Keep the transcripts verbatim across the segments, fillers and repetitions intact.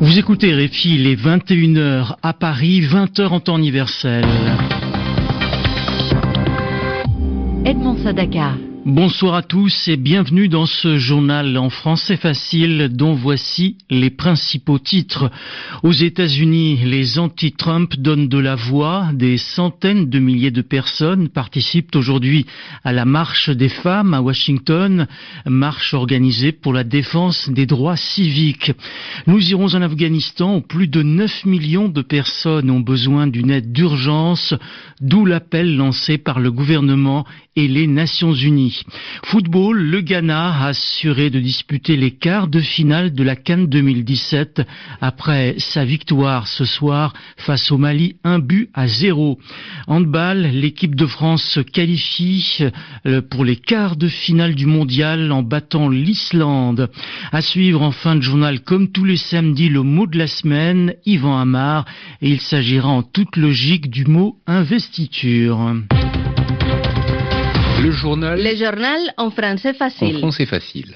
Vous écoutez R F I, il est vingt et une heures à Paris, vingt heures en temps universel. Edmond Sadaka. Bonsoir à tous et bienvenue dans ce journal en français facile dont voici les principaux titres. Aux États-Unis, les anti-Trump donnent de la voix. Des centaines de milliers de personnes participent aujourd'hui à la marche des femmes à Washington, marche organisée pour la défense des droits civiques. Nous irons en Afghanistan où plus de neuf millions de personnes ont besoin d'une aide d'urgence, d'où l'appel lancé par le gouvernement et les Nations Unies. Football, le Ghana a assuré de disputer les quarts de finale de la CAN deux mille dix-sept après sa victoire ce soir face au Mali, un but à zéro. Handball, l'équipe de France se qualifie pour les quarts de finale du mondial en battant l'Islande. À suivre en fin de journal, comme tous les samedis, le mot de la semaine, Yvan Amar, et il s'agira en toute logique du mot investiture. Le journal. Le journal en français facile. En français facile.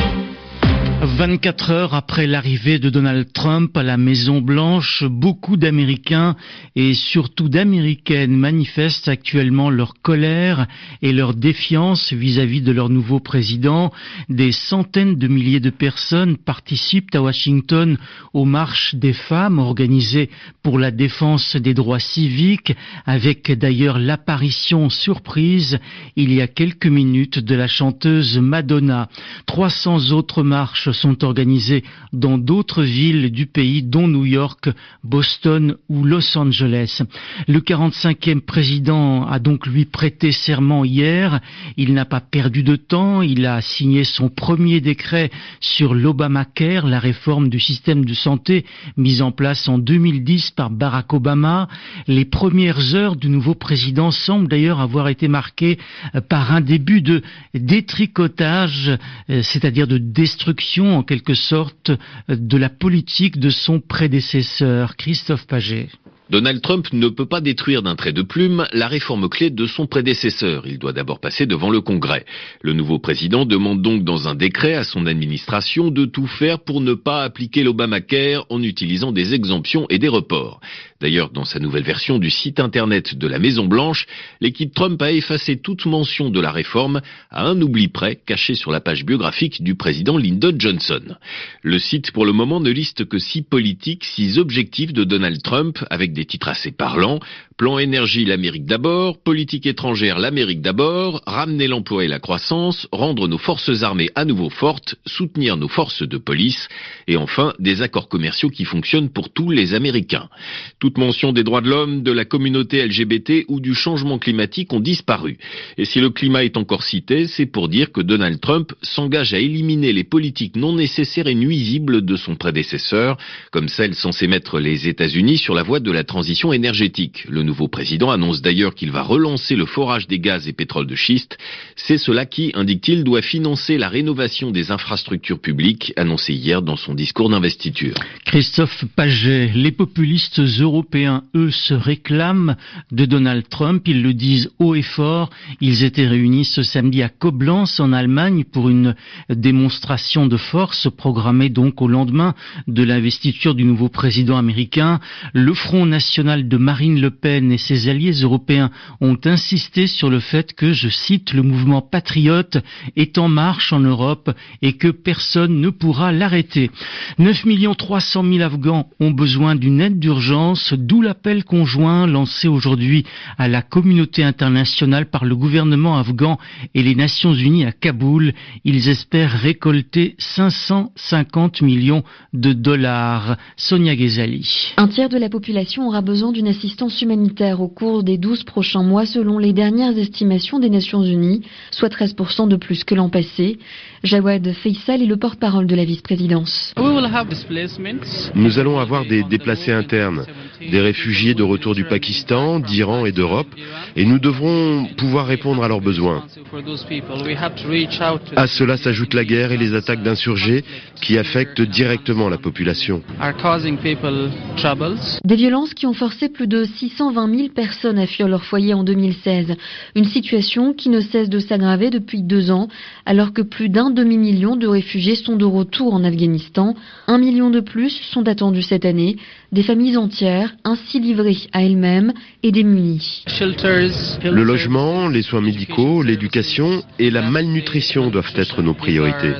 vingt-quatre heures après l'arrivée de Donald Trump à la Maison-Blanche, beaucoup d'Américains et surtout d'Américaines manifestent actuellement leur colère et leur défiance vis-à-vis de leur nouveau président. Des centaines de milliers de personnes participent à Washington aux marches des femmes organisées pour la défense des droits civiques, avec d'ailleurs l'apparition surprise il y a quelques minutes de la chanteuse Madonna. trois cents autres marches sont organisées dans d'autres villes du pays, dont New York, Boston ou Los Angeles. Le quarante-cinquième président a donc lui prêté serment hier. Il n'a pas perdu de temps. Il a signé son premier décret sur l'Obamacare, la réforme du système de santé mise en place en deux mille dix par Barack Obama. Les premières heures du nouveau président semblent d'ailleurs avoir été marquées par un début de détricotage, c'est-à-dire de destruction en quelque sorte de la politique de son prédécesseur, Christophe Paget. Donald Trump ne peut pas détruire d'un trait de plume la réforme clé de son prédécesseur. Il doit d'abord passer devant le Congrès. Le nouveau président demande donc dans un décret à son administration de tout faire pour ne pas appliquer l'Obamacare en utilisant des exemptions et des reports. D'ailleurs, dans sa nouvelle version du site internet de la Maison-Blanche, l'équipe Trump a effacé toute mention de la réforme à un oubli près caché sur la page biographique du président Lyndon Johnson. Le site, pour le moment, ne liste que six politiques, six objectifs de Donald Trump avec des titres assez parlants. Plan énergie, l'Amérique d'abord. Politique étrangère, l'Amérique d'abord. Ramener l'emploi et la croissance. Rendre nos forces armées à nouveau fortes. Soutenir nos forces de police. Et enfin, des accords commerciaux qui fonctionnent pour tous les Américains. Toute mention des droits de l'homme, de la communauté L G B T ou du changement climatique ont disparu. Et si le climat est encore cité, c'est pour dire que Donald Trump s'engage à éliminer les politiques non nécessaires et nuisibles de son prédécesseur, comme celles censées mettre les États-Unis sur la voie de la transition énergétique. Le nouveau président annonce d'ailleurs qu'il va relancer le forage des gaz et pétrole de schiste. C'est cela qui, indique-t-il, doit financer la rénovation des infrastructures publiques, annoncée hier dans son discours d'investiture. Christophe Paget, les populistes européens, eux, se réclament de Donald Trump. Ils le disent haut et fort. Ils étaient réunis ce samedi à Koblenz, en Allemagne, pour une démonstration de force programmée donc au lendemain de l'investiture du nouveau président américain. Le Front national de Marine Le Pen et ses alliés européens ont insisté sur le fait que, je cite, le mouvement patriote est en marche en Europe et que personne ne pourra l'arrêter. neuf millions trois cent mille Afghans ont besoin d'une aide d'urgence, d'où l'appel conjoint lancé aujourd'hui à la communauté internationale par le gouvernement afghan et les Nations Unies à Kaboul. Ils espèrent récolter cinq cent cinquante millions de dollars. Sonia Ghezali. Un tiers de la population aura besoin d'une assistance humanitaire au cours des douze prochains mois selon les dernières estimations des Nations Unies, soit treize pour cent de plus que l'an passé. Jawad Faisal est le porte-parole de la vice-présidence. Nous allons avoir des déplacés internes, des réfugiés de retour du Pakistan, d'Iran et d'Europe, et nous devrons pouvoir répondre à leurs besoins. À cela s'ajoute la guerre et les attaques d'insurgés qui affectent directement la population. Des violences qui ont forcé plus de six cent vingt mille personnes à fuir leur foyer en deux mille seize. Une situation qui ne cesse de s'aggraver depuis deux ans, alors que plus d'un demi-million de réfugiés sont de retour en Afghanistan. Un million de plus sont attendus cette année, des familles entières ainsi livrées à elles-mêmes et démunies. Le logement, les soins médicaux, l'éducation et la malnutrition doivent être nos priorités.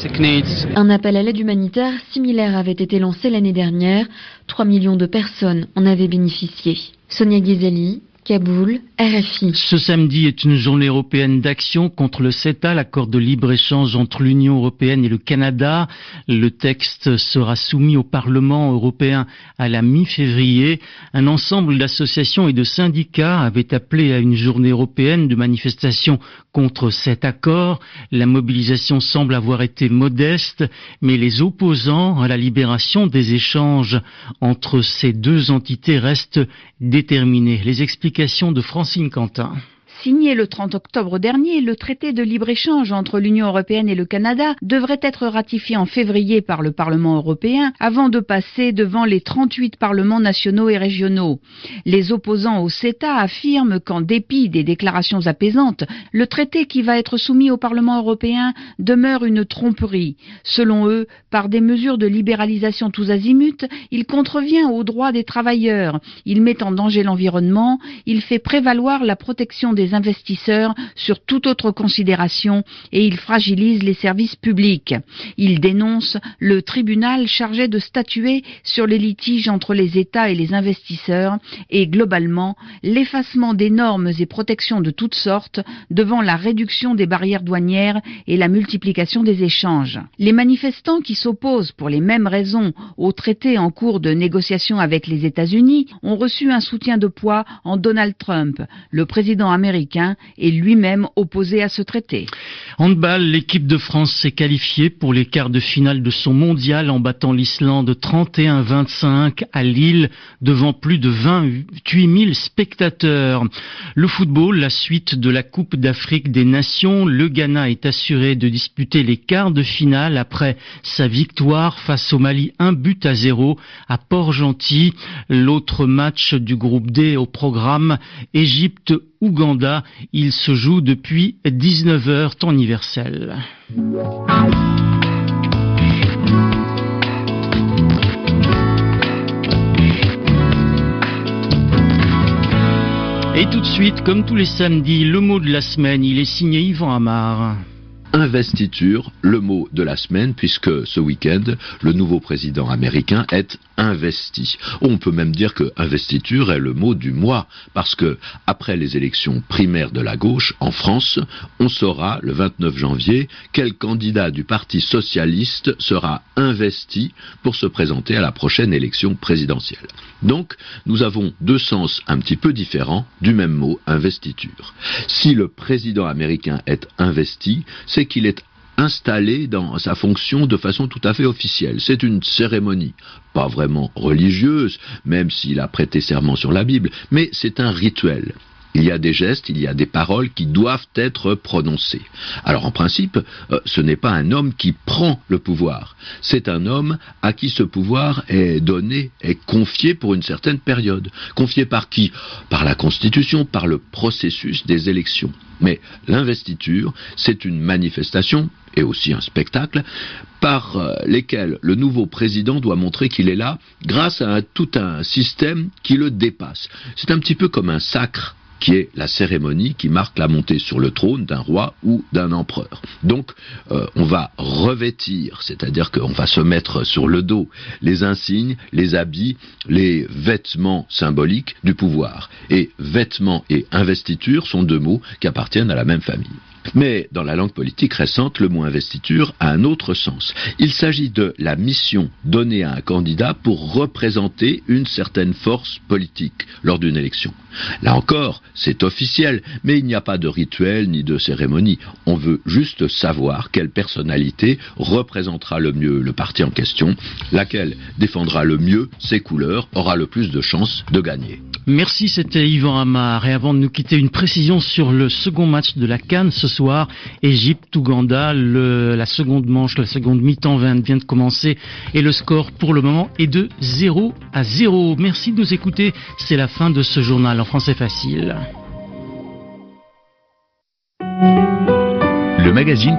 Un appel à l'aide humanitaire similaire avait été lancé l'année dernière. trois millions de personnes en avaient bénéficié. Sonia Ghezali, Kaboul, R F I. Ce samedi est une journée européenne d'action contre le CETA, l'accord de libre-échange entre l'Union européenne et le Canada. Le texte sera soumis au Parlement européen à la mi-février. Un ensemble d'associations et de syndicats avait appelé à une journée européenne de manifestation contre cet accord. La mobilisation semble avoir été modeste, mais les opposants à la libération des échanges entre ces deux entités restent déterminés. Les explications de Francine Quentin. Signé le trente octobre dernier, le traité de libre-échange entre l'Union européenne et le Canada devrait être ratifié en février par le Parlement européen avant de passer devant les trente-huit parlements nationaux et régionaux. Les opposants au CETA affirment qu'en dépit des déclarations apaisantes, le traité qui va être soumis au Parlement européen demeure une tromperie. Selon eux, par des mesures de libéralisation tous azimuts, il contrevient aux droits des travailleurs, il met en danger l'environnement, il fait prévaloir la protection des investisseurs sur toute autre considération et il fragilise les services publics. Il dénonce le tribunal chargé de statuer sur les litiges entre les États et les investisseurs et globalement l'effacement des normes et protections de toutes sortes devant la réduction des barrières douanières et la multiplication des échanges. Les manifestants qui s'opposent pour les mêmes raisons au traité en cours de négociation avec les États-Unis ont reçu un soutien de poids en Donald Trump, le président américain est lui-même opposé à ce traité. Handball, l'équipe de France s'est qualifiée pour les quarts de finale de son mondial en battant l'Islande trente et un à vingt-cinq à Lille devant plus de vingt-huit mille spectateurs. Le football, la suite de la Coupe d'Afrique des Nations, le Ghana est assuré de disputer les quarts de finale après sa victoire face au Mali, un but à zéro à Port-Gentil. L'autre match du groupe D au programme, Égypte-Ouganda. Il se joue depuis dix-neuf heures, temps universel. Et tout de suite, comme tous les samedis, le mot de la semaine, il est signé Yvan Amar. Investiture, le mot de la semaine, puisque ce week-end, le nouveau président américain est investi. On peut même dire que investiture est le mot du mois, parce que après les élections primaires de la gauche en France, on saura le vingt-neuf janvier quel candidat du Parti socialiste sera investi pour se présenter à la prochaine élection présidentielle. Donc, nous avons deux sens un petit peu différents du même mot, investiture. Si le président américain est investi, c'est qu'il est installé dans sa fonction de façon tout à fait officielle. C'est une cérémonie, pas vraiment religieuse, même s'il a prêté serment sur la Bible, mais c'est un rituel. Il y a des gestes, il y a des paroles qui doivent être prononcées. Alors en principe, euh, ce n'est pas un homme qui prend le pouvoir. C'est un homme à qui ce pouvoir est donné, est confié pour une certaine période. Confié par qui? Par la Constitution, par le processus des élections. Mais l'investiture, c'est une manifestation et aussi un spectacle par euh, lesquels le nouveau président doit montrer qu'il est là grâce à un, tout un système qui le dépasse. C'est un petit peu comme un sacre qui est la cérémonie qui marque la montée sur le trône d'un roi ou d'un empereur. Donc, euh, on va revêtir, c'est-à-dire qu'on va se mettre sur le dos les insignes, les habits, les vêtements symboliques du pouvoir. Et vêtements et investiture sont deux mots qui appartiennent à la même famille. Mais dans la langue politique récente, le mot investiture a un autre sens. Il s'agit de la mission donnée à un candidat pour représenter une certaine force politique lors d'une élection. Là encore, c'est officiel, mais il n'y a pas de rituel ni de cérémonie. On veut juste savoir quelle personnalité représentera le mieux le parti en question, laquelle défendra le mieux ses couleurs, aura le plus de chances de gagner. Merci, c'était Yvan Amar. Et avant de nous quitter, une précision sur le second match de la CAN ce soir, Égypte-Ouganda. La seconde manche, la seconde mi-temps vient de commencer et le score pour le moment est de zéro à zéro. Merci de nous écouter. C'est la fin de ce journal en français facile. Le magazine